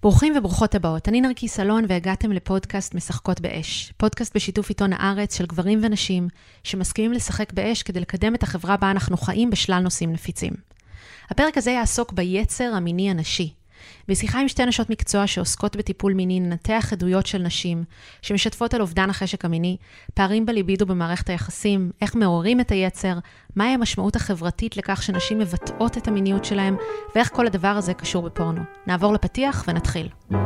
ברוכים וברוכות הבאות, אני נרקיס אלון והגעתם לפודקאסט משחקות באש. פודקאסט בשיתוף עיתון הארץ של גברים ונשים שמסכימים לשחק באש כדי לקדם את החברה בה אנחנו חיים בשלל נושאים נפיצים. הפרק הזה יעסוק ביצר המיני הנשי. בשיחה עם שתי נשות מקצוע שעוסקות בטיפול מיני ננתח עדויות של נשים שמשתפות על אובדן החשק המיני, פערים בליבידו במערכת היחסים, איך מעוררים את היצר, מהי המשמעות החברתית לכך שנשים מבטאות את המיניות שלהם, ואיך כל הדבר הזה קשור בפורנו. נעבור לפתיח ונתחיל.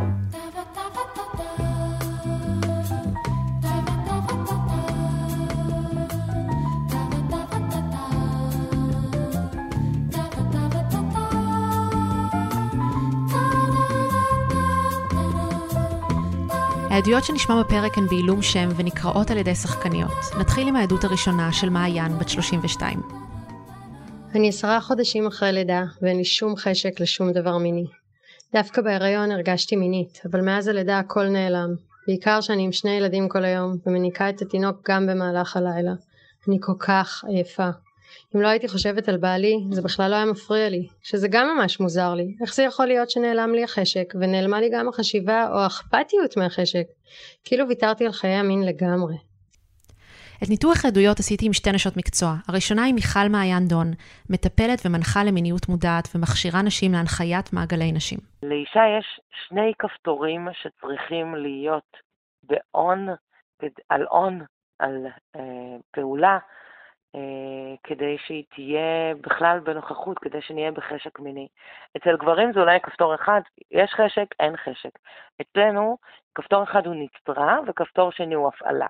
העדויות שנשמע בפרק הן בעילום שם ונקראות על ידי שחקניות. נתחיל עם העדות הראשונה של מעיין, בת 32. אני 10 חודשים אחרי לידה ואין לי שום חשק לשום דבר מיני. דווקא בהיריון הרגשתי מינית, אבל מאז הלידה הכל נעלם. בעיקר שאני עם 2 ילדים כל היום ומניקה את התינוק גם במהלך הלילה. אני כל כך עייפה. אם לא הייתי חושבת על בעלי, זה בכלל לא היה מפריע לי, שזה גם ממש מוזר לי. איך זה יכול להיות שנעלם לי החשק, ונעלמה לי גם החשיבה או האכפתיות מהחשק? כאילו ויתרתי על חיי המין לגמרי. את ניתוח העדויות עשיתי עם 2 נשות מקצוע. הראשונה היא מיכל מעיין דון, מטפלת ומנחה למיניות מודעת ומכשירה נשים להנחיית מעגלי נשים. לאישה יש 2 כפתורים שצריכים להיות על פעולה, כדי שהיא תהיה בכלל בנוכחות, כדי שנהיה בחשק מיני. אצל גברים זה אולי כפתור אחד, יש חשק, אין חשק. אצלנו כפתור אחד הוא נצרה וכפתור שני הוא הפעלה.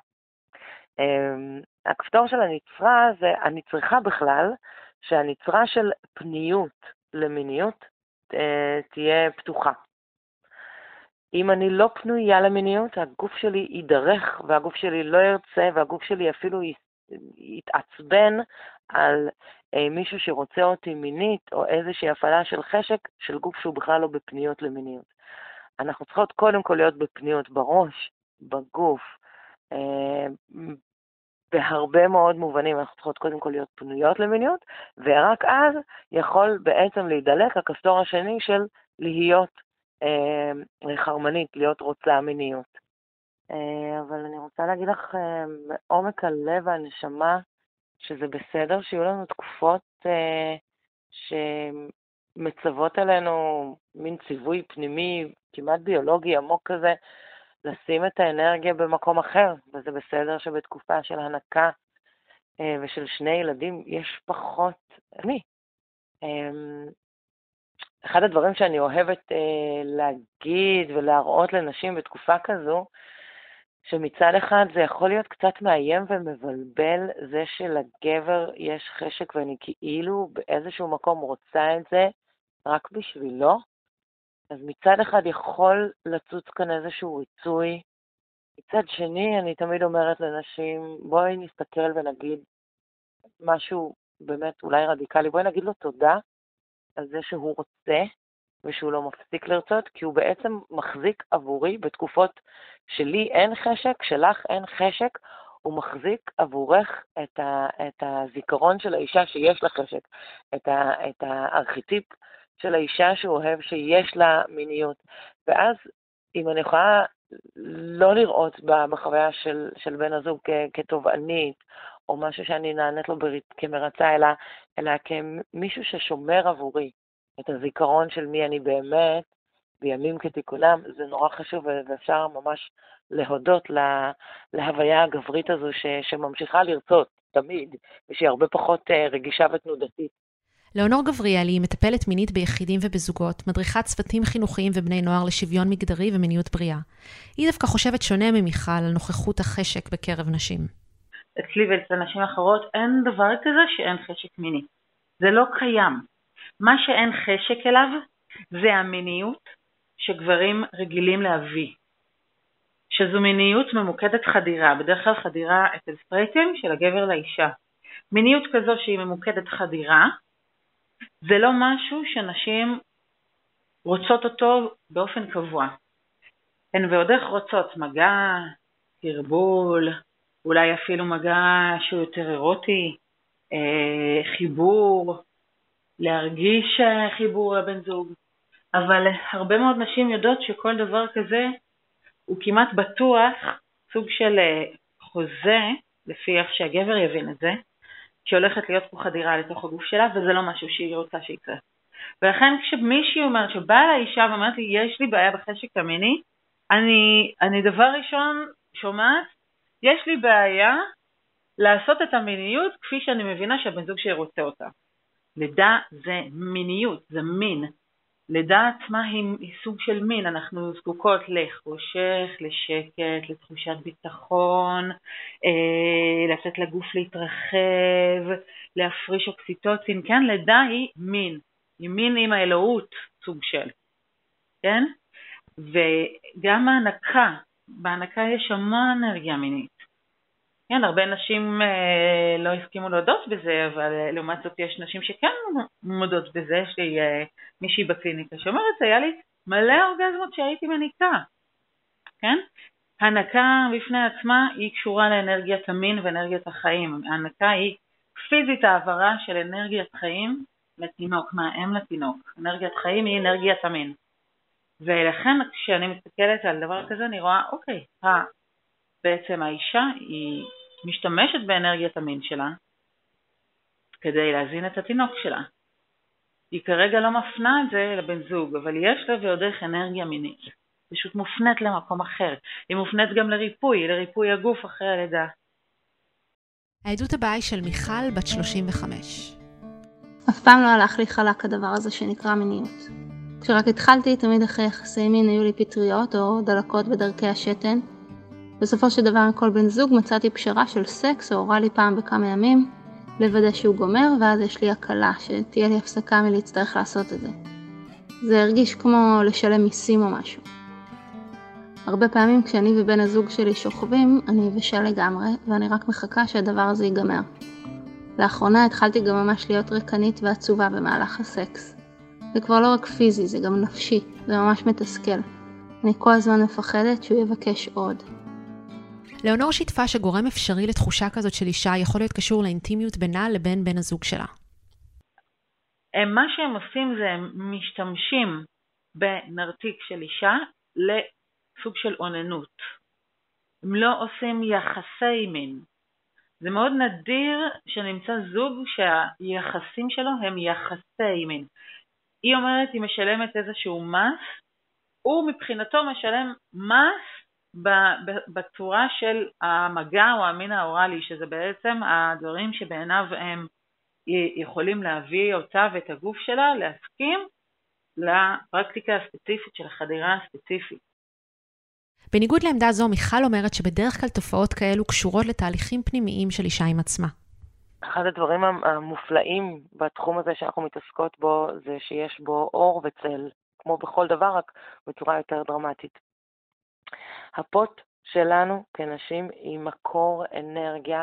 הכפתור של הנצרה זה, אני צריכה בכלל שהנצרה של פניות למיניות תהיה פתוחה. אם אני לא פנויה למיניות, הגוף שלי יידרך והגוף שלי לא ירצה והגוף שלי אפילו יתעצבן על מישהו שרוצה אותי מינית או איזושהי הפעלה של חשק של גוף שהוא בכלל לא בפניות למיניות. אנחנו צריכות קודם כל להיות בפניות בראש, בגוף, בהרבה מאוד מובנים אנחנו צריכות קודם כל להיות פנויות למיניות, ורק אז יכול בעצם להידלק הכפתור השני של להיות חרמנית, להיות רוצה מיניות. אבל אני רוצה להגיד לך מעומק הלב והנשמה שזה בסדר שיהיו לנו תקופות שמצוות עלינו מין ציווי פנימי כמעט ביולוגי עמוק כזה, לשים את האנרגיה במקום אחר, וזה בסדר שבתקופה של הנקה ושל 2 ילדים יש פחות אני. אחד הדברים שאני אוהבת להגיד ולהראות לנשים בתקופה כזו, שמצד אחד זה יכול להיות קצת מאיים ומבלבל זה שלגבר יש חשק ואני כאילו באיזשהו מקום רוצה את זה רק בשבילו. אז מצד אחד יכול לצוץ כאן איזשהו ריצוי. מצד שני אני תמיד אומרת לנשים, בואי נסתכל ונגיד משהו באמת אולי רדיקלי, בואי נגיד לו תודה על זה שהוא רוצה ושהוא לא מפסיק לרצות, כי הוא בעצם מחזיק עבורי בתקופות שלי אין חשק, שלך אין חשק, הוא מחזיק עבורך את הזיכרון של האישה שיש לה חשק, את הארכיטיפ של האישה שהוא אוהב שיש לה מיניות. ואז אם אני יכולה לא לראות בחוויה של בן הזוג כתובענית, או משהו שאני נענית לו כמרצה, אלא כמישהו ששומר עבורי את הזיכרון של מי אני באמת, בימים כתיקונם, זה נורא חשוב, ואפשר ממש להודות להוויה הגברית הזו שממשיכה לרצות תמיד, ושהיא הרבה פחות רגישה ותנודתית. לאונור גבריאלי היא מטפלת מינית ביחידים ובזוגות, מדריכת צוותים חינוכיים ובני נוער לשוויון מגדרי ומיניות בריאה. היא דווקא חושבת שונה ממיכל על נוכחות החשק בקרב נשים. אצלי ואצל נשים אחרות אין דבר כזה שאין חשק מיני. זה לא קיים. מה שאין חשק אליו זה המיניות שגברים רגילים להביא. שזו מיניות ממוקדת חדירה, בדרך כלל חדירה אצל סטרייטים של הגבר לאישה. מיניות כזו שהיא ממוקדת חדירה, זה לא משהו שנשים רוצות אותו באופן קבוע. הן ועוד איך רוצות מגע, תרבול, אולי אפילו מגע שהוא יותר אירוטי, חיבור, להרגיש חיבור לבן זוג. אבל הרבה מאוד נשים יודעות שכל דבר כזה הוא כמעט בטוח סוג של חוזה, לפי איך שהגבר יבין את זה, שהולכת להיות פה חדירה לתוך הגוף שלה, וזה לא משהו שהיא רוצה שיקרה. ולכן כשמישהי אומרת שבאה לאישה ואומרת לי, יש לי בעיה בחשק המיני, אני דבר ראשון שומעת, יש לי בעיה לעשות את המיניות כפי שאני מבינה שהבן זוג שלי רוצה אותה. לידה זה מיניות, זה מין. לידה עצמה היא סוג של מין, אנחנו זקוקות לחושך, לשקט, לתחושת ביטחון, לתת לגוף להתרחב, להפריש אוקסיטוצין, כן? לידה היא מין, היא מין עם האלוהות סוג של, כן? וגם בהנקה יש המון אנרגיה מינית. כן, הרבה נשים לא הסכימו להודות בזה, אבל לעומת זאת יש נשים שכן מודות בזה. יש לי מישהי בקליניקה שאומרת, היה לי מלא אורגזמות שהייתי מניקה. כן? הנקה בפני עצמה היא קשורה לאנרגיית המין ואנרגיית החיים. הנקה היא פיזית העברה של אנרגיית חיים לתינוק, מהאם לתינוק. אנרגיית חיים היא אנרגיית המין. ולכן כשאני מסתכלת על דבר כזה אני רואה, אוקיי, בעצם האישה היא משתמשת באנרגיית המין שלה כדי להזין את התינוק שלה. היא כרגע לא מפנה את זה לבן זוג, אבל יש לה ועוד איך אנרגיה מינית. פשוט מופנית למקום אחר. היא מופנית גם לריפוי הגוף אחרי הלידה. העדות הבאה היא של מיכל בת 35. אף פעם לא הלך לי חלק הדבר הזה שנקרא מיניות. כשרק התחלתי, תמיד אחרי יחסי מין היו לי פטריות או דלקות בדרכי השתן. בסופו של דבר עם כל בן זוג מצאתי פשרה של סקס או אורלי פעם בכמה ימים, לוודא שהוא גומר, ואז יש לי הקלה שתהיה לי הפסקה מלהצטרך לעשות את זה. זה הרגיש כמו לשלם מיסים או משהו. הרבה פעמים כשאני ובן הזוג שלי שוכבים, אני יבשה לגמרי, ואני רק מחכה שהדבר הזה ייגמר. לאחרונה התחלתי גם ממש להיות ריקנית ועצובה במהלך הסקס. זה כבר לא רק פיזי, זה גם נפשי, זה ממש מתסכל. אני כל הזמן מפחדת שהוא יבקש עוד. לאונור שיתפה שגורם אפשרי לתחושה כזאת של אישה יכול להיות קשור לאינטימיות בינה לבין בן הזוג שלה. מה שהם עושים זה הם משתמשים בנרתיק של אישה לסוג של אוננות. הם לא עושים יחסי מין. זה מאוד נדיר שנמצא זוג שהיחסים שלו הם יחסי מין. היא אומרת, היא משלמת איזשהו מס, הוא מבחינתו משלם מס בצורה של המגע או המין האורלי, שזה בעצם הדברים שבעיניו הם יכולים להביא אותה ואת הגוף שלה להסכים לפרקטיקה הספציפית של החדירה הספציפית. בניגוד לעמדה זו, מיכל אומרת שבדרך כלל תופעות כאלו קשורות לתהליכים פנימיים של אישה עם עצמה. אחד הדברים המופלאים בתחום הזה שאנחנו מתעסקות בו זה שיש בו אור וצל, כמו בכל דבר, רק בצורה יותר דרמטית. הפוט שלנו כנשים היא מקור אנרגיה,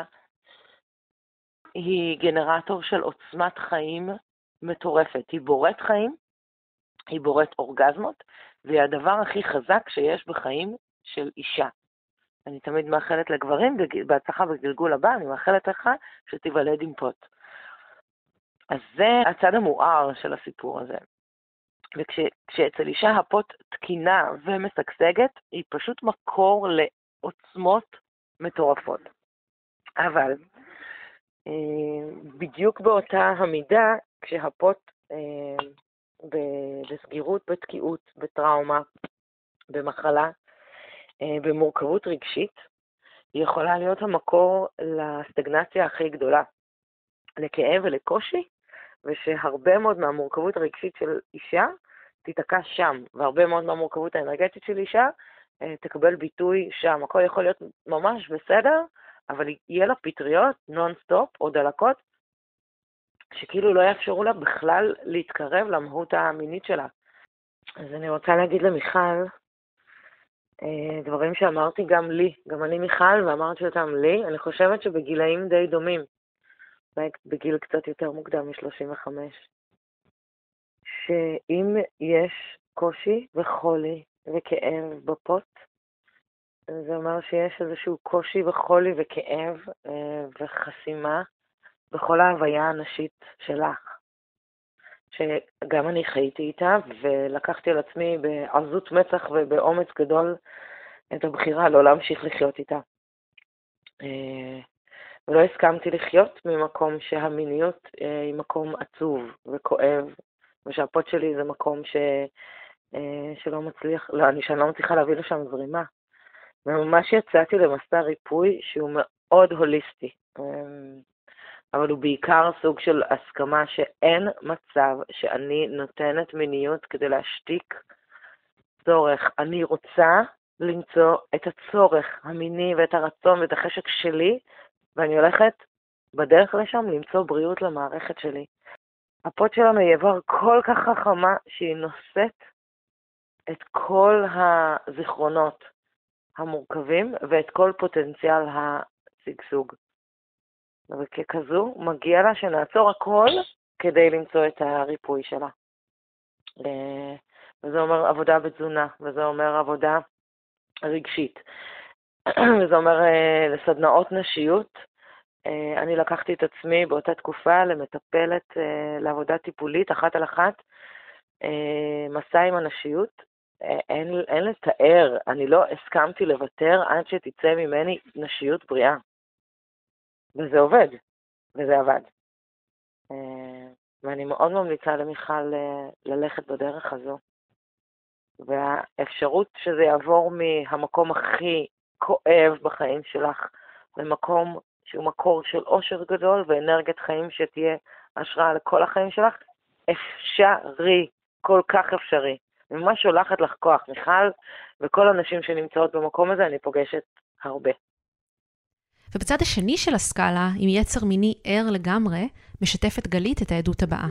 היא גנרטור של עוצמת חיים מטורפת. היא בוראת חיים, היא בוראת אורגזמות, והיא הדבר הכי חזק שיש בחיים של אישה. אני תמיד מאחלת לגברים, בהצלחה בגלגול הבא, אני מאחלת לך שתיוולד עם פוט. אז זה הצד המואר של הסיפור הזה. וכשאצל אישה הפוט תקינה ומשגשגת, היא פשוט מקור לעוצמות מטורפות. אבל בדיוק באותה המידה, כשהפוט בסגירות, בתקיעות, בטראומה, במחלה, במורכבות רגשית, היא יכולה להיות המקור לסטגנציה הכי גדולה, לכאב ולקושי, ושהרבה מאוד מהמורכבות הרגשית של אישה תתקע שם, והרבה מאוד מהמורכבות האנרגטית של אישה תקבל ביטוי שם. הכל יכול להיות ממש בסדר, אבל יהיה לה פטריות, נון-סטופ או דלקות, שכאילו לא יאפשרו לה בכלל להתקרב למהות המינית שלה. אז אני רוצה להגיד למיכל, דברים שאמרתי גם לי, גם אני מיכל ואמרתי אותם לי, אני חושבת שבגילאים די דומים, בגיל קצת יותר מוקדם מ-35, שאם יש קושי וחולי וכאב בפוט, זה אומר שיש איזשהו קושי וחולי וכאב וחסימה בכל ההוויה הנשית שלך, שגם אני חייתי איתה, ולקחתי על עצמי בעזות מצח ובאומץ גדול את הבחירה לא להמשיך לחיות איתה. ולא הסכמתי לחיות ממקום שהמיניות היא מקום עצוב וכואב, ושהפות שלי זה מקום שלא מצליח, שאני לא מצליחה להביא לשם זרימה. וממש יצאתי למסע ריפוי שהוא מאוד הוליסטי, אבל הוא בעיקר סוג של הסכמה שאין מצב שאני נותנת מיניות כדי להשתיק צורך. אני רוצה למצוא את הצורך המיני ואת הרצון ואת החשק שלי, ואני הולכת בדרך לשם למצוא בריאות למערכת שלי. הפות שלנו היא איבר כל כך חכמה שהיא נושאת את כל הזיכרונות המורכבים ואת כל פוטנציאל השגשוג. וככזו מגיע לה שנעצור הכל כדי למצוא את הריפוי שלה. וזה אומר עבודה בתזונה, וזה אומר עבודה רגשית, וזה אומר לסדנאות נשיות. אני לקחתי את עצמי באותה תקופה למטפלת לעבודה טיפולית אחת על אחת, מסע עם הנשיות. אין לתאר, אני לא הסכמתי לוותר עד שתצא ממני נשיות בריאה. וזה עובד, וזה עבד. ואני מאוד ממליצה למיכל ללכת בדרך הזו. והאפשרות שזה יעבור מהמקום הכי כואב בחיים שלך, למקום שהוא מקור של אושר גדול ואנרגיית חיים שתהיה השראה לכל החיים שלך, אפשרי, כל כך אפשרי. ממש שולחת לך כוח, מיכל, וכל הנשים שנמצאות במקום הזה אני פוגשת הרבה. ובצד השני של הסקאלה, עם יצר מיני ער לגמרי, משתפת גלית את העדות הבאה.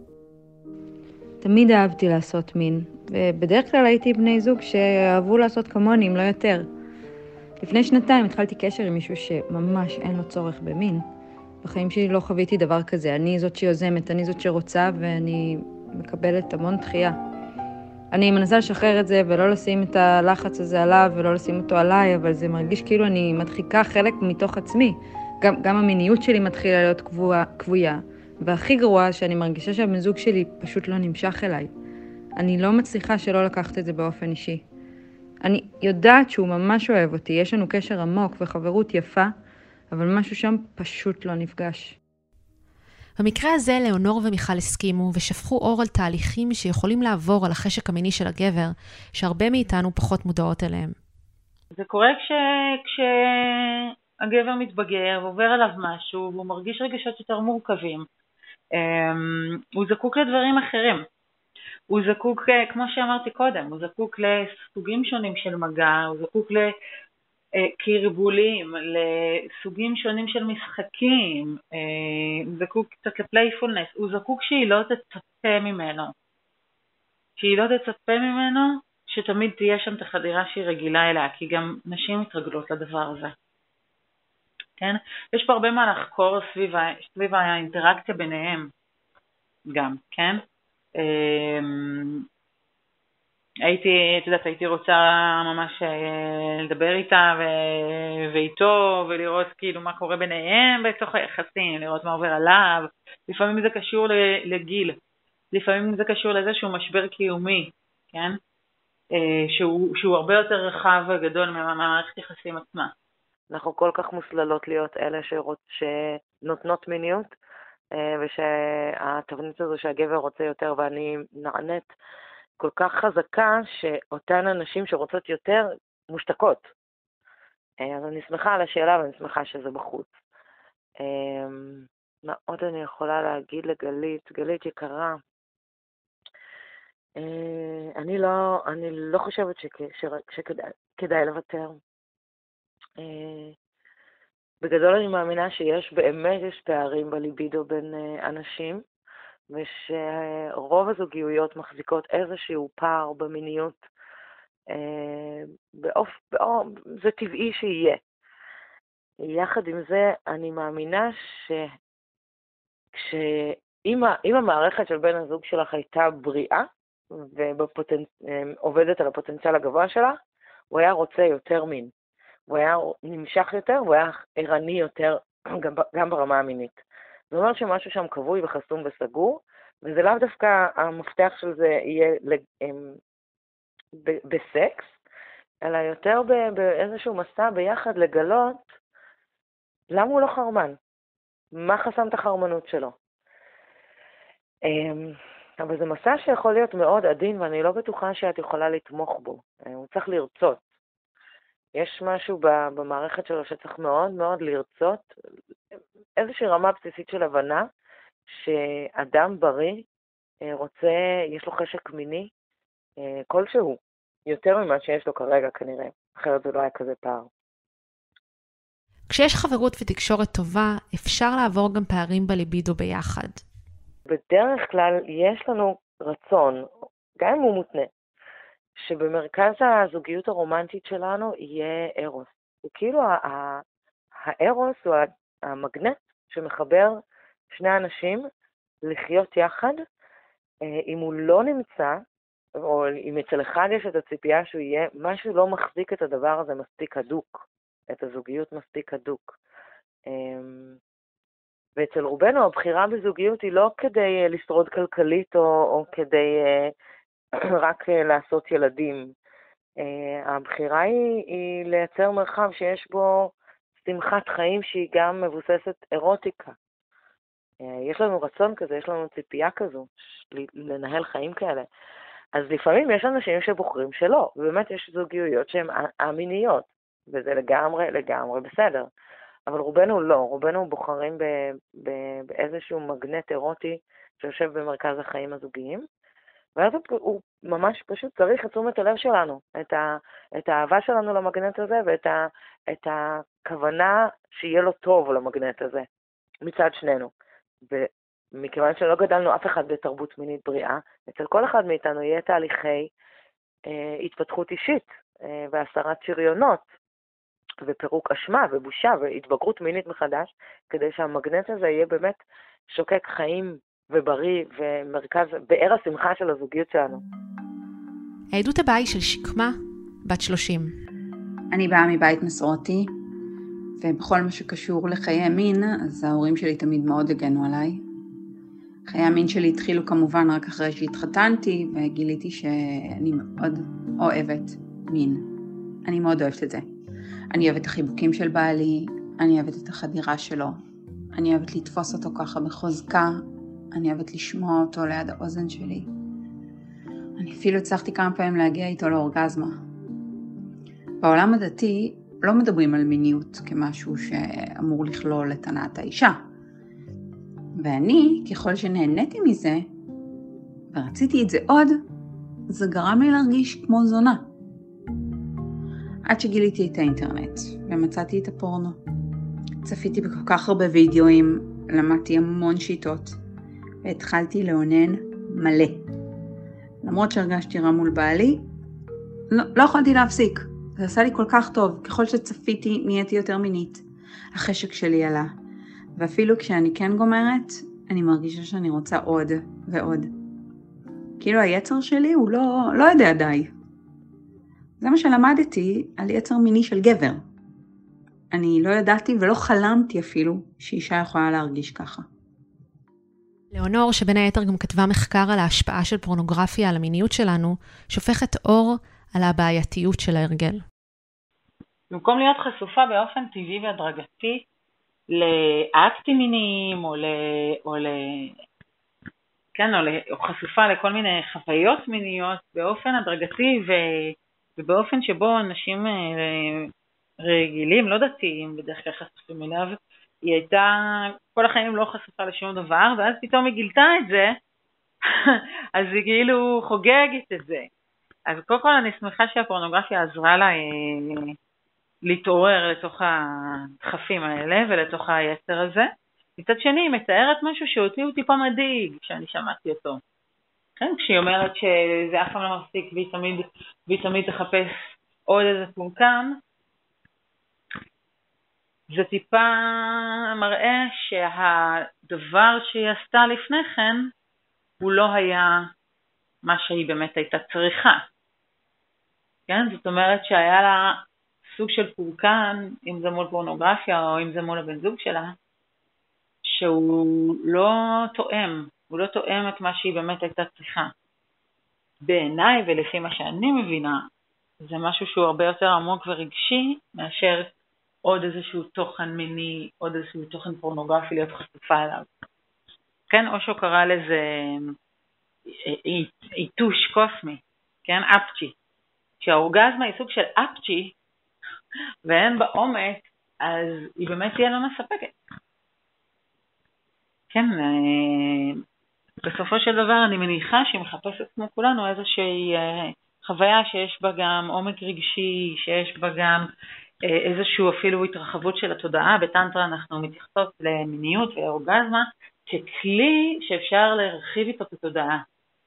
תמיד אהבתי לעשות מין, ובדרך כלל הייתי בני זוג שאהבו לעשות כמוני, אם לא יותר. לפני 2 התחלתי קשר עם מישהו שממש אין לו צורך במין. בחיים שלי לא חוויתי דבר כזה, אני זאת שיוזמת, אני זאת שרוצה, ואני מקבלת המון דחייה. אני מנסה לשחרר את זה ולא לשים את הלחץ הזה עליו ולא לשים אותו עליי, אבל זה מרגיש כאילו אני מדחיקה חלק מתוך עצמי. גם המיניות שלי מתחילה להיות קבויה, והכי גרוע שאני מרגישה שהבן-זוג שלי פשוט לא נמשך אליי. אני לא מצליחה שלא לקחת את זה באופן אישי. אני יודעת שהוא ממש אוהב אותי, יש לנו קשר עמוק וחברות יפה, אבל משהו שם פשוט לא נפגש. במקרה הזה לאונור ומיכל הסכימו ושפכו אור על תהליכים שיכולים לעבור על החשק המיני של הגבר, שהרבה מאיתנו פחות מודעות אליהם. זה קורה כשהגבר מתבגר ועובר עליו משהו והוא מרגיש רגשות יותר מורכבים. הוא זקוק לדברים אחרים. הוא זקוק, כמו שאמרתי קודם, הוא זקוק לסוגים שונים של מגע, הוא זקוק לקרבולים, לסוגים שונים של משחקים, הוא זקוק קצת לפלייפולנס, הוא זקוק שהיא לא תצפה ממנו. שהיא לא תצפה ממנו, שתמיד תהיה שם את החדירה שהיא רגילה אליה, כי גם נשים מתרגלות לדבר הזה. כן? יש פה הרבה מה לחקור סביב האינטראקציה ביניהם גם, כן? הייתי רוצה ממש לדבר איתה ואיתו ולראות כאילו מה קורה ביניהם בתוך היחסים, לראות מה עובר עליו. לפעמים זה קשור לגיל, לפעמים זה קשור לזה שהוא משבר קיומי, כן? שהוא הרבה יותר רחב וגדול מהמערכת יחסים עצמה. אנחנו כל כך מוסללות להיות אלה שנותנות מיניות, ושהתבנית הזו שהגבר רוצה יותר ואני נענית כל כך חזקה שאותן הנשים שרוצות יותר מושתקות. אז אני שמחה על השאלה ואני שמחה שזה בחוץ. מה עוד אני יכולה להגיד לגלית? גלית יקרה, אני לא חושבת שכדאי לוותר. בגדול אני מאמינה באמת יש פערים בליבידו בין אנשים, ושרוב הזוגיות מחזיקות איזשהו פער במיניות, זה טבעי שיהיה. יחד עם זה אני מאמינה שאם המערכת של בן הזוג שלך הייתה בריאה, ועובדת על הפוטנציאל הגבוה שלה, הוא היה רוצה יותר מין. הוא היה נמשך יותר, הוא היה ערני יותר גם ברמה המינית. זה אומר שמשהו שם קבוי וחסום וסגור, וזה לאו דווקא המפתח של זה יהיה בסקס, אלא יותר באיזשהו מסע ביחד לגלות למה הוא לא חרמן, מה חסם את החרמנות שלו. אבל זה מסע שיכול להיות מאוד עדין, ואני לא בטוחה שאת יכולה לתמוך בו. הוא צריך לרצות. יש משהו במערכת שלו שצריך מאוד מאוד לרצות, איזושהי רמה בסיסית של הבנה, שאדם בריא רוצה, יש לו חשק מיני, כלשהו, יותר ממה שיש לו כרגע כנראה, אחרת זה לא היה כזה פער. כשיש חברות ותקשורת טובה, אפשר לעבור גם פערים בליבידו ביחד. בדרך כלל יש לנו רצון, גם אם הוא מותנה, שבמרכז הזוגיות הרומנטית שלנו יהיה ארוס. וכאילו הארוס הוא המגנט שמחבר שני אנשים לחיות יחד. אם הוא לא נמצא, או אם אצל אחד יש את הציפייה שהוא יהיה, משהו לא מחזיק את הדבר הזה מספיק הדוק, את הזוגיות מספיק הדוק. ואצל רובנו הבחירה בזוגיות היא לא כדי לשרוד כלכלית או כדי רק לעשות ילדים. הבחירה היא לייצר מרחב שיש בו שמחת חיים שהיא גם מבוססת אירוטיקה. יש לנו רצון כזה, יש לנו ציפייה כזו, לנהל חיים כאלה. אז לפעמים יש אנשים שבוחרים שלא, ובאמת יש זוגיות שהן אמיניות, וזה לגמרי בסדר. אבל רובנו לא, רובנו בוחרים באיזשהו מגנט אירוטי שיושב במרכז החיים הזוגיים, ואז הוא ממש פשוט צריך את תשומת הלב שלנו, את האהבה שלנו למגנט הזה, ואת הכוונה שיהיה לו טוב למגנט הזה, מצד שנינו. ומכיוון שלא גדלנו אף אחד בתרבות מינית בריאה, אצל כל אחד מאיתנו יהיה תהליכי התפתחות אישית, והסרת שריונות, ופירוק אשמה ובושה והתבגרות מינית מחדש, כדי שהמגנט הזה יהיה באמת שוקק חיים ובריא ומרכז, באר השמחה של הזוגיות שלנו. העדות הבאה היא של שקמה, בת 30. אני באה מבית מסורתי, ובכל מה שקשור לחיי מין, אז ההורים שלי תמיד מאוד הגנו עליי. חיי המין שלי התחילו כמובן רק אחרי שהתחתנתי, וגיליתי שאני מאוד אוהבת מין. אני מאוד אוהבת את זה. אני אוהבת את החיבוקים של בעלי, אני אוהבת את החדירה שלו, אני אוהבת לתפוס אותו ככה בחוזקה, אני אוהבת לשמוע אותו ליד האוזן שלי. אני אפילו הצלחתי כמה פעמים להגיע איתו לאורגזמה. בעולם הדתי לא מדברים על מיניות כמשהו שאמור לכלול את הנאת האישה. ואני, ככל שנהניתי מזה, ורציתי את זה עוד, זה גרם לי להרגיש כמו זונה. עד שגיליתי את האינטרנט ומצאתי את הפורנו. צפיתי בכל כך הרבה וידאוים, למדתי המון שיטות, והתחלתי לאונן מלא. למרות שהרגשתי רע מול בעלי, לא יכולתי להפסיק. זה עשה לי כל כך טוב. ככל שצפיתי, נהייתי יותר מינית. החשק שלי עלה. ואפילו כשאני כן גומרת, אני מרגישה שאני רוצה עוד ועוד. כאילו היצר שלי הוא לא יודע די. זה מה שלמדתי על יצר מיני של גבר. אני לא ידעתי ולא חלמתי אפילו שאישה יכולה להרגיש ככה. ליאונור, שבין היתר גם כתבה מחקר על ההשפעה של פורנוגרפיה על המיניות שלנו, שופכת אור על הבעייתיות של ההרגל. במקום להיות חשופה באופן טבעי והדרגתי לאקטים מיניים או חשופה לכל מיני חוויות מיניות באופן הדרגתי ובאופן שבו אנשים רגילים, לא דתיים, בדרך כלל חשופים אליו, היא הייתה כל החיים לא חשופה לשום דבר, ואז פתאום היא גילתה את זה, אז היא כאילו חוגגת את זה. אז קודם כל אני שמחה שהפורנוגרפיה עזרה לה להתעורר לתוך הדחפים האלה ולתוך היצר הזה. מצד שני, היא מתארת משהו שאותי הוא טיפה מדאיג כשאני שמעתי אותו. כן, כשהיא אומרת שזה אף פעם לא מפסיק והיא תמיד תחפש עוד איזה פונקן, זה טיפה מראה שהדבר שהיא עשתה לפני כן הוא לא היה מה שהיא באמת הייתה צריכה. כן, זאת אומרת שהיה לה סוג של פורקן, אם זה מול פורנוגרפיה או אם זה מול הבן זוג שלה, שהוא לא תואם, הוא לא תואם את מה שהיא באמת הייתה צריכה. בעיניי ולפי מה שאני מבינה, זה משהו שהוא הרבה יותר עמוק ורגשי מאשר עוד איזשהו תוכן מיני, עוד איזשהו תוכן פורנוגרפי להיות חשופה אליו. כן, אושו קרא לזה איתוש קוסמי, כן, אפצ'י. כשהאורגזמה היא סוג של אפצ'י ואין בה עומק, אז היא באמת תהיה לא מספקת. כן, בסופו של דבר אני מניחה שהיא מחפשת כמו כולנו איזושהי חוויה שיש בה גם עומק רגשי, שיש בה גם איזשהו אפילו התרחבות של התודעה. בטנטרה אנחנו מתייחסות למיניות ואורגזמה ככלי שאפשר להרחיב איתו את התודעה.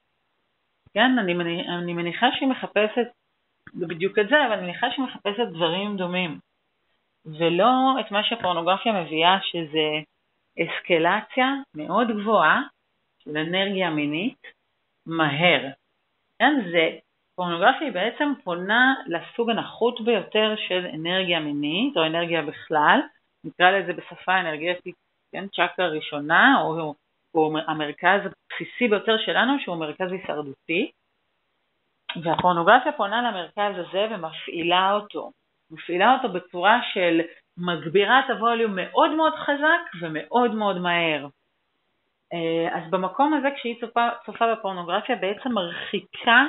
כן, אני מניחה שהיא מחפשת בדיוק את זה, אבל אני מניחה שהיא מחפשת דברים דומים. ולא את מה שהפורנוגרפיה מביאה, שזה אסקלציה מאוד גבוהה של אנרגיה מינית מהר. כן, פורנוגרפיה היא בעצם פונה לסוג הנחות ביותר של אנרגיה מינית, או אנרגיה בכלל, נקרא לזה בשפה אנרגטית, כן, צ'קרה ראשונה, או המרכז הבסיסי ביותר שלנו, שהוא מרכז הישרדותי, והפורנוגרפיה פונה למרכז הזה ומפעילה אותו. מפעילה אותו בצורה של מגבירה את הווליום מאוד מאוד חזק ומאוד מאוד מהר. אז במקום הזה כשהיא צופה בפורנוגרפיה בעצם מרחיקה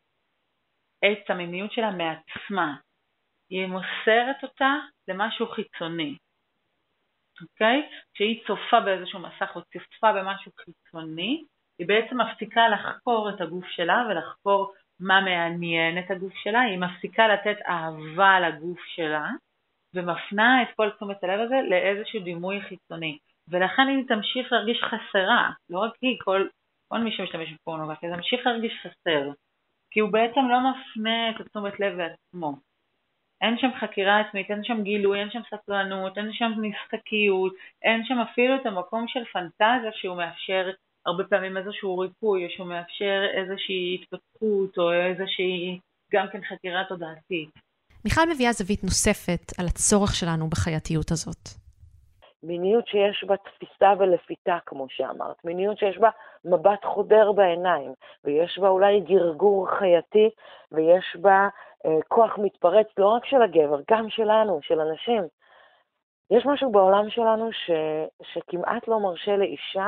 את המיניות שלה מעצמה. היא מוסרת אותה למשהו חיצוני. אוקיי? כשהיא צופה באיזשהו מסך או צופה במשהו חיצוני, היא בעצם מפסיקה לחקור את הגוף שלה ולחקור מה מעניין את הגוף שלה. היא מפסיקה לתת אהבה לגוף שלה ומפנה את כל תשומת הלב הזה לאיזשהו דימוי חיצוני. ולכן היא תמשיך להרגיש חסרה. לא רק היא, כל מי שמשתמש בפורנוגרפיה, זה תמשיך להרגיש חסר. כי הוא בעצם לא מפנה את תשומת לב לעצמו. אין שם חקירה עצמית, אין שם גילוי, אין שם סקרנות, אין שם משחקיות, אין שם אפילו את המקום של פנטזיה שהוא מאפשר הרבה פעמים איזשהו ריפוי, או שהוא מאפשר איזושהי התפתחות, או איזושהי גם כן חקירה תודעתית. מיכל מביאה זווית נוספת על הצורך שלנו בחייתיות הזאת. מיניות שיש בה תפיסה ולפיתה, כמו שאמרת. מיניות שיש בה מבט חודר בעיניים, ויש בה אולי גרגור חייתי, ויש בה כוח מתפרץ לא רק של הגבר, גם שלנו, של אנשים. יש משהו בעולם שלנו שכמעט לא מרשה לאישה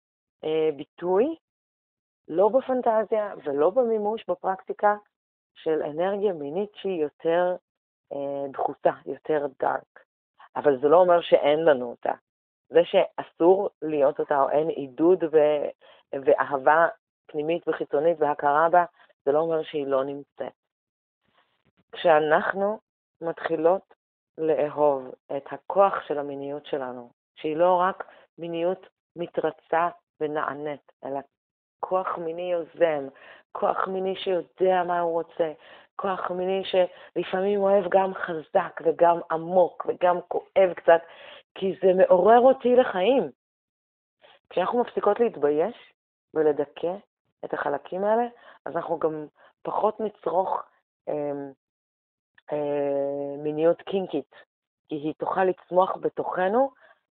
ביטוי, לא בפנטזיה ולא במימוש, בפרקטיקה של אנרגיה מינית שהיא יותר דחוסה, יותר דארק. אבל זה לא אומר שאין לנו אותה. זה שאסור להיות אותה, או אין עידוד ואהבה פנימית וחיצונית והכרה בה, זה לא אומר שהיא לא נמצאת. כשאנחנו מתחילות לאהוב את הכוח של המיניות שלנו, שהיא לא רק מיניות מתרצה ונענית, אלא כוח מיני יוזם, כוח מיני שיודע מה הוא רוצה, כוח מיני שלפעמים אוהב גם חזק וגם עמוק וגם כואב קצת, כי זה מעורר אותי לחיים. כשאנחנו מפסיקות להתבייש ולדכא את החלקים האלה, אז אנחנו גם פחות נצרוך מיניות קינקית, כי היא תוכל לצמוח בתוכנו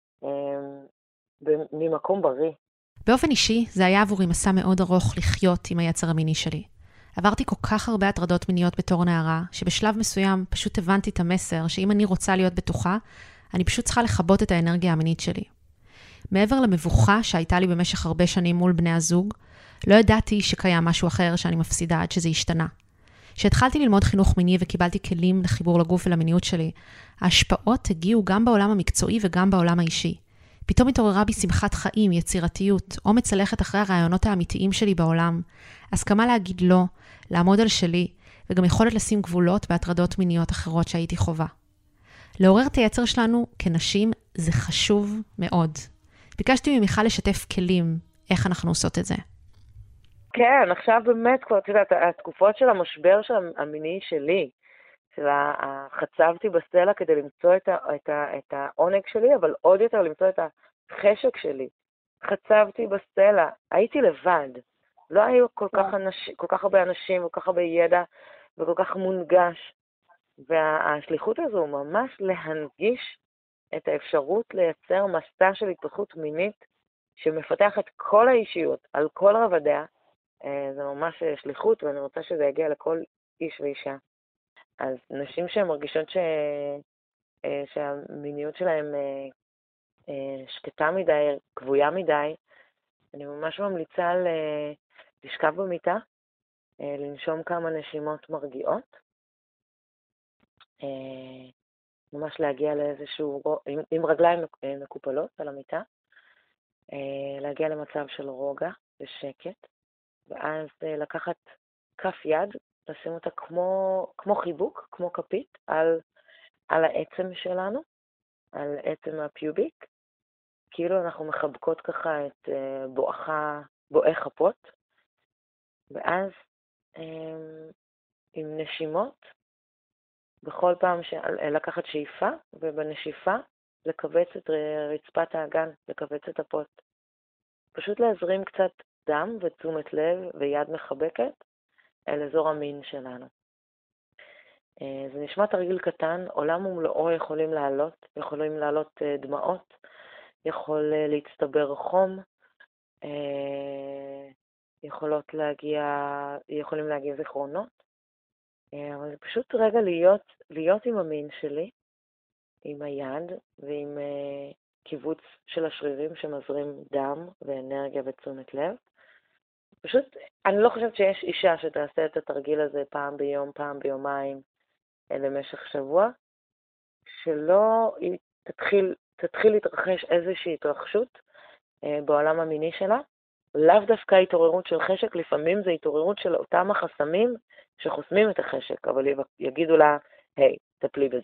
ממקום בריא. באופן אישי, זה היה עבורי מסע מאוד ארוך לחיות עם היצר המיני שלי. עברתי כל כך הרבה הטרדות מיניות בתור נערה, שבשלב מסוים פשוט הבנתי את המסר שאם אני רוצה להיות בטוחה, אני פשוט צריכה לחבות את האנרגיה המינית שלי. מעבר למבוכה שהייתה לי במשך הרבה שנים מול בני הזוג, לא ידעתי שקיים משהו אחר שאני מפסידה עד שזה השתנה. כשהתחלתי ללמוד חינוך מיני וקיבלתי כלים לחיבור לגוף ולמיניות שלי, ההשפעות הגיעו גם בעולם המקצועי וגם בעולם האישי. פתאום התעוררה בי שמחת חיים, יצירתיות, אומץ ללכת אחרי הרעיונות האמיתיים שלי בעולם, הסכמה להגיד לא, לעמוד על שלי, וגם יכולת לשים גבולות בהטרדות מיניות אחרות שהייתי חובה. לעורר את היצר שלנו כנשים זה חשוב מאוד. ביקשתי ממיכל לשתף כלים, איך אנחנו עושות את זה. כן, עכשיו באמת כבר, התקופות של המשבר של המיני שלי, חצבתי בסלע כדי למצוא את העונג שלי, אבל עוד יותר למצוא את החשק שלי. חצבתי בסלע, הייתי לבד. לא היו כל כך הרבה אנשים, כל כך הרבה ידע וכל כך מונגש. והשליחות הזו ממש להנגיש את האפשרות לייצר מסע של התפתחות מינית שמפתח את כל האישיות על כל רבדיה. זה ממש שליחות, ואני רוצה שזה יגיע לכל איש ואישה. אז נשים שהן מרגישות שהמיניות שלהן שקטה מדי, קבויה מדי, אני ממש ממליצה לשכב במיטה, לנשום כמה נשימות מרגיעות, ממש להגיע לאיזשהו, עם רגליים מקופלות על המיטה, להגיע למצב של רוגע ושקט, ואז לקחת כף יד, לשים אותה כמו חיבוק, כמו כפית, על העצם שלנו, על עצם הפיוביק, כאילו אנחנו מחבקות ככה את בואי כפות, ואז עם נשימות, בכל פעם לקחת שאיפה, ובנשיפה לקבץ את רצפת האגן, לקבץ את הפות. פשוט להזרים קצת דם ותשומת לב ויד מחבקת אל אזור המין שלנו. זה נשמע תרגיל קטן, עולם ומלואו יכולים לעלות דמעות, יכול להצטבר חום, יכולים להגיע זיכרונות, אבל זה פשוט רגע להיות עם המין שלי, עם היד ועם קיבוץ של השרירים שמזרים דם ואנרגיה ותשומת לב. פשוט, אני לא חושבת שיש אישה שתעשה את התרגיל הזה פעם ביום, פעם ביומיים, למשך שבוע, שלא תתחיל להתרחש איזושהי התרחשות בעולם המיני שלה, לאו דווקא התעוררות של חשק, לפעמים זה התעוררות של אותם החסמים שחוסמים את החשק, אבל יגידו לה, היי, טפלי בזה.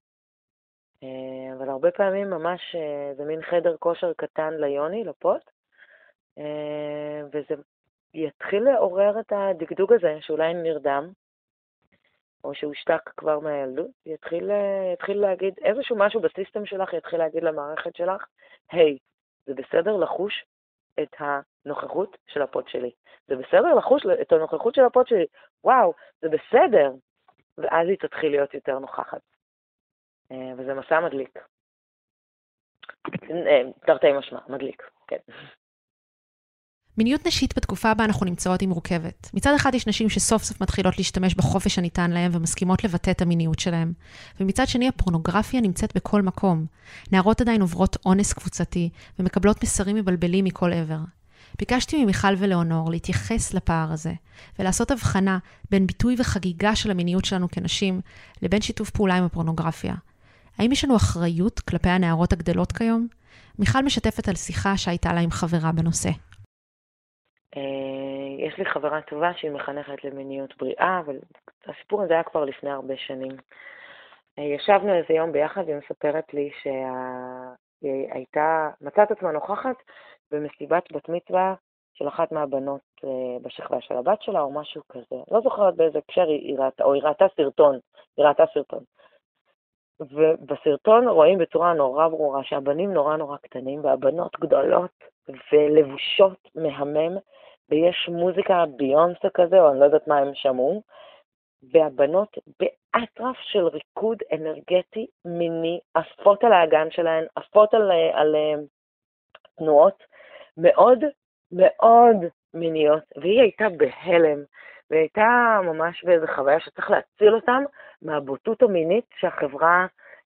אבל הרבה פעמים ממש זה מין חדר כושר קטן ליוני, לפות, וזה יתחיל לעורר את הדגדוג הזה, שאולי נרדם, או שהוא השתק כבר מהילדות, יתחיל להגיד, איזשהו משהו בסיסטם שלך יתחיל להגיד למערכת שלך, היי, זה בסדר לחוש את הנוכחות של הפות שלי. זה בסדר לחוש את הנוכחות של הפות שלי. וואו, זה בסדר. ואז היא תתחיל להיות יותר נוכחת. וזה מסע מדליק. תרתי משמע, מדליק, כן. מיניות נשית בתקופה בה אנחנו נמצאות היא מורכבת. מצד אחד יש נשים שסוף סוף מתחילות להשתמש בחופש הניתן להם ומסכימות לבטא את המיניות שלהם. ומצד שני הפורנוגרפיה נמצאת בכל מקום. נערות עדיין עוברות אונס קבוצתי ומקבלות מסרים מבלבלים מכל עבר. ביקשתי ממיכל ולאונור להתייחס לפער הזה ולעשות הבחנה בין ביטוי וחגיגה של המיניות שלנו כנשים לבין שיתוף פעולה עם הפורנוגרפיה. האם יש לנו אחריות כלפי הנערות הגדלות כיום? מיכל משתפת על שיחה שהייתה לה עם חברה בנושא. יש לי חברה טובה שהיא מחנכת למיניות בריאה, אבל הסיפור הזה היה כבר לפני הרבה שנים. ישבנו איזה יום ביחד והיא מספרת לי שהיא מצאת עצמה נוכחת במסיבת בת מצווה של אחת מהבנות בשכבה של הבת שלה או משהו כזה. לא זוכרת באיזה הקשר היא ראתה סרטון. ובסרטון רואים בצורה נורא ברורה שהבנים נורא קטנים והבנות גדולות ולבושות מהמם, ויש מוזיקה ביונסה כזה, או אני לא יודעת מה הם שמעו, והבנות באטרף של ריקוד אנרגטי מיני, עפות על האגן שלהן, עפות על תנועות מאוד מאוד מיניות, והיא הייתה בהלם, והיא הייתה ממש באיזו חוויה שצריך להציל אותם מהבוטות המינית שהחברה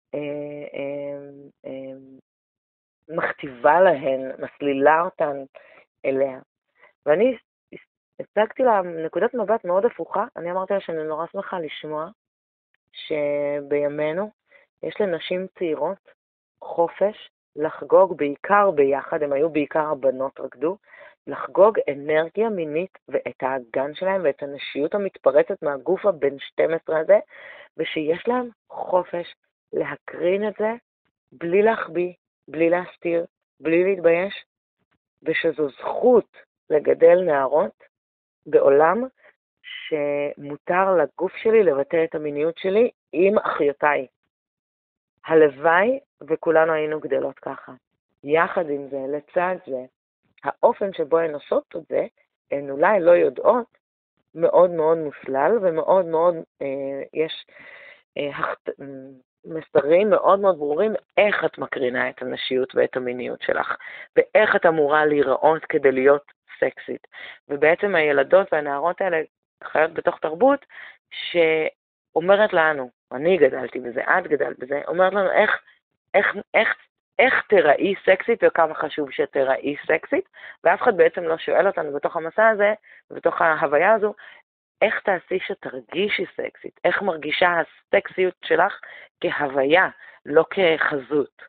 מכתיבה להן, מסלילה אותן אליה. ואני הצגתי לה נקודת מבט מאוד הפוכה, אני אמרתי לה שאני נורא שמחה לשמוע שבימינו יש לנשים צעירות חופש לחגוג בעיקר ביחד, הם היו בעיקר הבנות רקדו, לחגוג אנרגיה מינית ואת האגן שלהם ואת הנשיות המתפרצת מהגוף הבן 12 הזה, ושיש להם חופש להקרין את זה בלי להחביא, בלי להסתיר, בלי להתבייש, ושזו זכות לגדל נערות בעולם שמותר לגוף שלי לבטא את המיניות שלי עם אחיותיי. הלוואי וכולנו היינו גדלות ככה. יחד עם זה, לצד זה, האופן שבו הן עושות את זה, הן אולי לא יודעות, מאוד מאוד מוסלל ומאוד מאוד יש מסרים מאוד מאוד ברורים איך את מקרינה את הנשיות ואת המיניות שלך, ואיך את אמורה להיראות כדי להיות סקסית. ובעצם הילדות והנערות האלה חיות בתוך תרבות שאומרת לנו, אני גדלתי בזה, את גדלת בזה, אומרת לנו איך תראי סקסית וכמה חשוב שתראי סקסית, ואף אחד בעצם לא שואל אותנו בתוך המסע הזה, בתוך ההוויה הזו, איך תעשי שתרגישי סקסית, איך מרגישה הסקסיות שלך כהוויה, לא כחזות.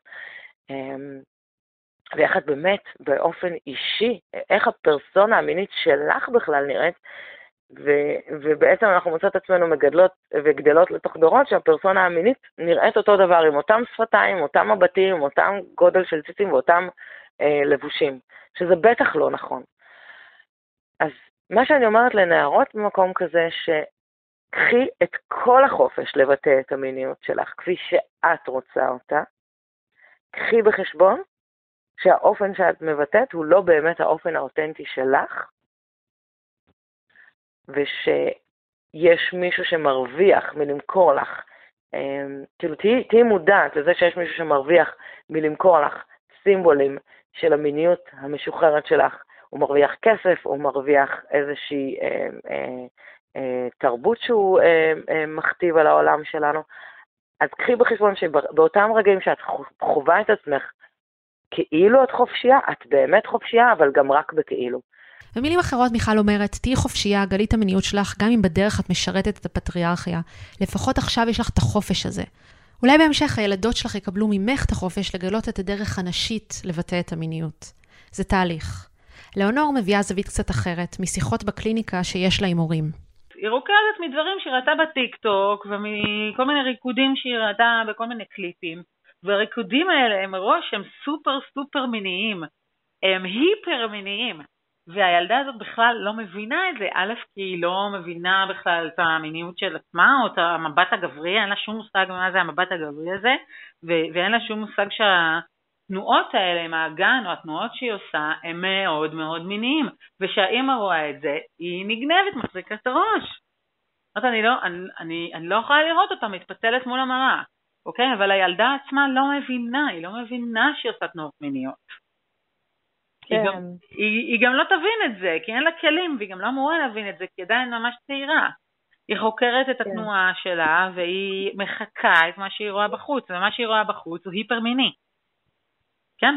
ואיך את באמת באופן אישי, איך הפרסונה המינית שלך בכלל נראית, ובעצם אנחנו מוצאות עצמנו מגדלות וגדלות לתוך דורות שהפרסונה המינית נראית אותו דבר, עם אותם שפתיים, אותם מבטים, אותם גודל של ציצים ואותם לבושים, שזה בטח לא נכון. אז מה שאני אומרת לנערות במקום כזה, שקחי את כל החופש לבטא את המיניות שלך כפי שאת רוצה אותה, קחי בחשבון שהאופן שאת מבטאת הוא לא באמת האופן האותנטי שלך, ושיש מישהו שמרוויח מלמכור לך, כאילו תהי מודעת לזה שיש מישהו שמרוויח מלמכור לך סימבולים של המיניות המשוחררת שלך, הוא מרוויח כסף, הוא מרוויח איזושהי תרבות שהוא מכתיב על העולם שלנו, אז קחי בחשבון שבאותם רגעים שאת חובה את עצמך כאילו את חופשייה, את באמת חופשייה, אבל גם רק בכאילו. במילים אחרות מיכל אומרת, תהי חופשייה, גלי את המיניות שלך, גם אם בדרך את משרתת את הפטריארכיה. לפחות עכשיו יש לך את החופש הזה. אולי בהמשך הילדות שלך יקבלו ממך את החופש לגלות את הדרך הנשית לבטא את המיניות. זה תהליך. לאונור מביאה זווית קצת אחרת, משיחות בקליניקה שיש לה עם הורים. היא רוקדת מדברים שהיא ראתה בטיקטוק, ומכל מיני ריקודים שהיא ראתה בכל מיני קליפים. והריקודים האלה הם מראש, הם סופר סופר מיניים. הם היפר מיניים. והילדה הזאת בכלל לא מבינה את זה. א', כי היא לא מבינה בכלל את המיניות של עצמה, או את המבט הגברי, אין לה שום מושג מה זה המבט הגברי הזה, ואין לה שום מושג שהתנועות האלה עם האגן, או התנועות שהיא עושה, הם מאוד מאוד מיניים. ושהאמא רואה את זה, היא נגנבת, מחזיקה את הראש. אני לא יכולה לראות אותה מתפצלת מול המראה. אוקיי? אבל הילדה עצמה לא מבינה, היא לא מבינה שהיא עושה תנועות מיניות. כן. היא גם לא תבין את זה, כי אין לה כלים, והיא גם לא אמורה להבין את זה, כי עדיין ממש צעירה. היא חוקרת את התנועה שלה, והיא מחכה את מה שהיא רואה בחוץ, ומה שהיא רואה בחוץ הוא היפר מיני. כן?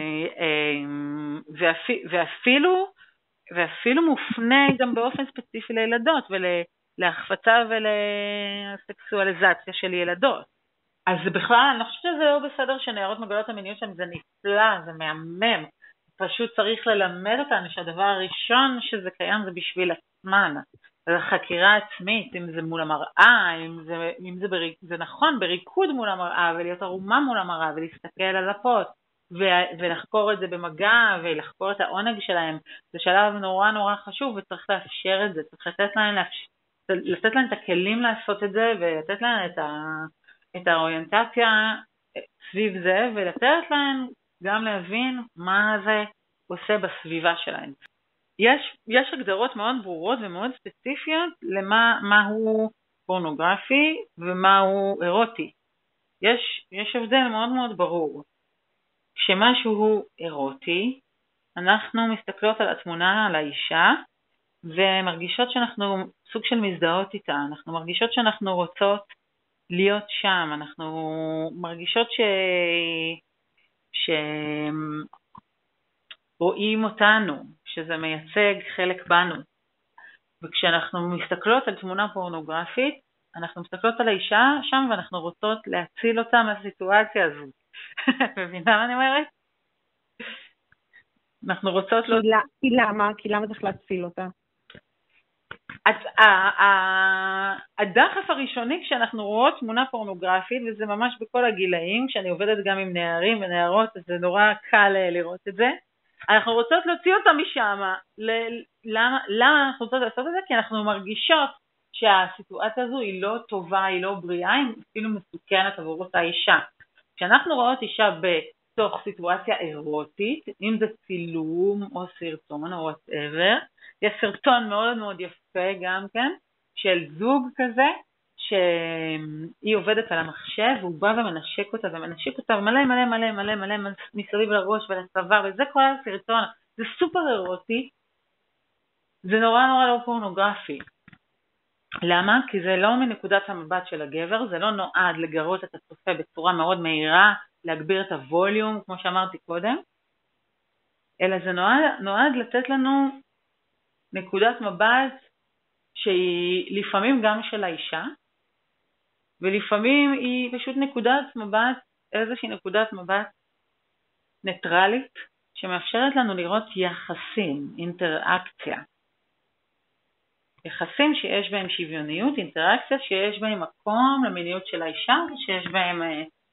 ואפילו מופנה גם באופן ספציפי לילדות, ולהחפצה ולסקסואליזציה של ילדות. אז בכלל, אני חושבת שזה לא בסדר שנערות מגלות המיניות שלהם, זה נפלא, זה מהמם. פשוט צריך ללמד אותנו שהדבר הראשון שזה קיים זה בשביל עצמן. זה חקירה עצמית, אם זה מול המראה, אם זה נכון, בריקוד מול המראה, ולהיות ערומה מול המראה, ולהסתכל על הפות, ולחקור את זה במגע, ולחקור את העונג שלהם. זה שלב נורא נורא חשוב, וצריך לאפשר את זה. צריך לתת להם את הכלים לעשות את זה, ולתת להם את האוריינטציה סביב זה, ולתת להם גם להבין מה זה עושה בסביבה שלהם. יש הגדרות מאוד ברורות ומאוד ספציפיות למה הוא פורנוגרפי ומה הוא אירוטי. יש הבדל מאוד מאוד ברור. כשמשהו הוא אירוטי, אנחנו מסתכלות על התמונה, על האישה, ומרגישות שאנחנו סוג של מזדהות איתה. אנחנו מרגישות שאנחנו רוצות להיות שם. אנחנו מרגישות רואים אותנו, שזה מייצג חלק בנו. וכשאנחנו מסתכלות על תמונה פורנוגרפית, אנחנו מסתכלות על האישה שם, ואנחנו רוצות להציל אותה מהסיטואציה הזו. מבינה מה אני אומרת? אנחנו רוצות כי למה צריך להציל אותה? אז הדחף הראשוני כשאנחנו רואות תמונה פורנוגרפית, וזה ממש בכל הגילאים, כשאני עובדת גם עם נערים ונערות, אז זה נורא קל לראות את זה, אנחנו רוצות להוציא אותה משם. למה אנחנו רוצות לעשות את זה? כי אנחנו מרגישות שהסיטואציה הזו היא לא טובה, היא לא בריאה, היא אפילו מסוכנת עבור אותה אישה. כשאנחנו רואות אישה בתוך סיטואציה אירוטית, אם זה צילום או סרטון או whatever, יש סרטון מאוד מאוד יפה גם כן, של זוג כזה, שהיא עובדת על המחשב, והוא בא ומנשק אותה מלא מלא מלא מלא מלא מסביב לראש ולצוואר, וזה כל הסרטון, זה סופר אירוטי, זה נורא נורא לא פורנוגרפי. למה? כי זה לא מנקודת המבט של הגבר, זה לא נועד לגרות את הצופה בצורה מאוד מהירה, להגביר את הווליום, כמו שאמרתי קודם, אלא זה נועד לתת לנו נקודת מבט שהיא לפעמים גם של האישה, ולפעמים היא פשוט נקודת מבט, איזושהי נקודת מבט ניטרלית, שמאפשרת לנו לראות יחסים, אינטראקציה. יחסים שיש בהם שוויוניות, אינטראקציה שיש בהם מקום למיניות של האישה, ושיש בהם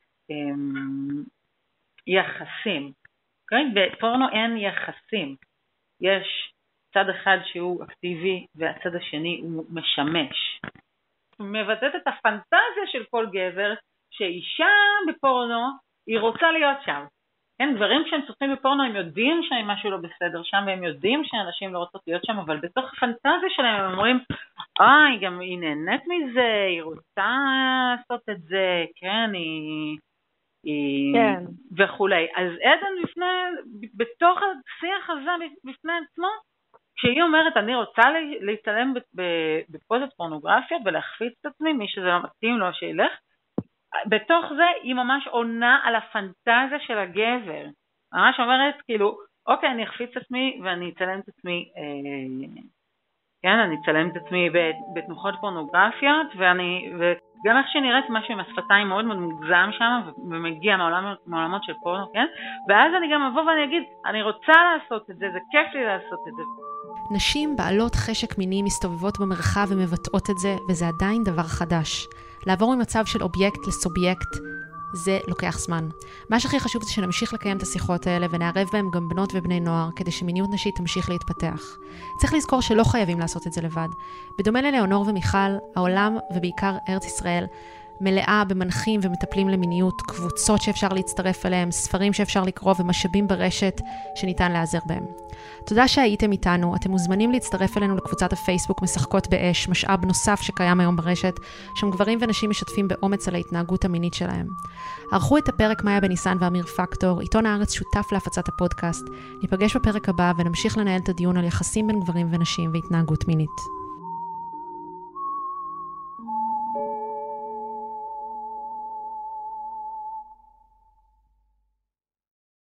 יחסים. בפורנו אין יחסים. יש צד אחד שהוא אקטיבי, והצד השני הוא משמש. מבטאת את הפנטזיה של כל גבר, שאישה בפורנו, היא רוצה להיות שם. כן, גברים כשהם צופים בפורנו, הם יודעים שמשהו לא בסדר שם, והם יודעים שאנשים לא רוצות להיות שם, אבל בתוך הפנטזיה שלהם הם אומרים, גם היא נהנית מזה, היא רוצה לעשות את זה, כן, כן. וכולי. אז עדן בתוך השיח הזה בפני עצמו, כשהיא אומרת, אני רוצה להתעלם בפוזת פורנוגרפיה ולהחפיץ את עצמי, מי שזה לא מתאים לו שילך, בתוך זה היא ממש עונה על הפנטזיה של הגבר. ממש אומרת, כאילו, אוקיי, אני אחפיץ את עצמי ואני אצלם את עצמי, כן, אני אצלם את עצמי בתנוחות פורנוגרפיות, וגם איך שנראית משהו עם השפתיים מאוד מאוד מוגזם שם, ומגיע מעולמות של פורנו, כן? ואז אני גם אבוא ואני אגיד, אני רוצה לעשות את זה, זה כיף לי לעשות את זה. נשים בעלות חשק מיני מסתובבות במרחב ומבטאות את זה, וזה עדיין דבר חדש. לעבור ממצב של אובייקט לסובייקט, זה לוקח זמן. מה שהכי חשוב זה שנמשיך לקיים את השיחות האלה, ונערב בהם גם בנות ובני נוער, כדי שמיניות נשית תמשיך להתפתח. צריך לזכור שלא חייבים לעשות את זה לבד. בדומה ללאונור ומיכל, העולם, ובעיקר ארץ ישראל, מלאה במנחים ומטפלים למיניות, קבוצות שאפשר להצטרף אליהם, ספרים שאפשר לקרוא ומשאבים ברשת שניתן להיעזר בהם. תודה שהייתם איתנו, אתם מוזמנים להצטרף אלינו לקבוצת הפייסבוק משחקות באש, משאב נוסף שקיים היום ברשת, שם גברים ונשים משתפים באומץ על ההתנהגות המינית שלהם. ערכו את הפרק מאיה בניסן ואמיר פקטור, עיתון הארץ שותף להפצת הפודקאסט. ניפגש בפרק הבא ונמשיך לנהל את הדיון על יחסים בין גברים ונשים והתנהגות מינית.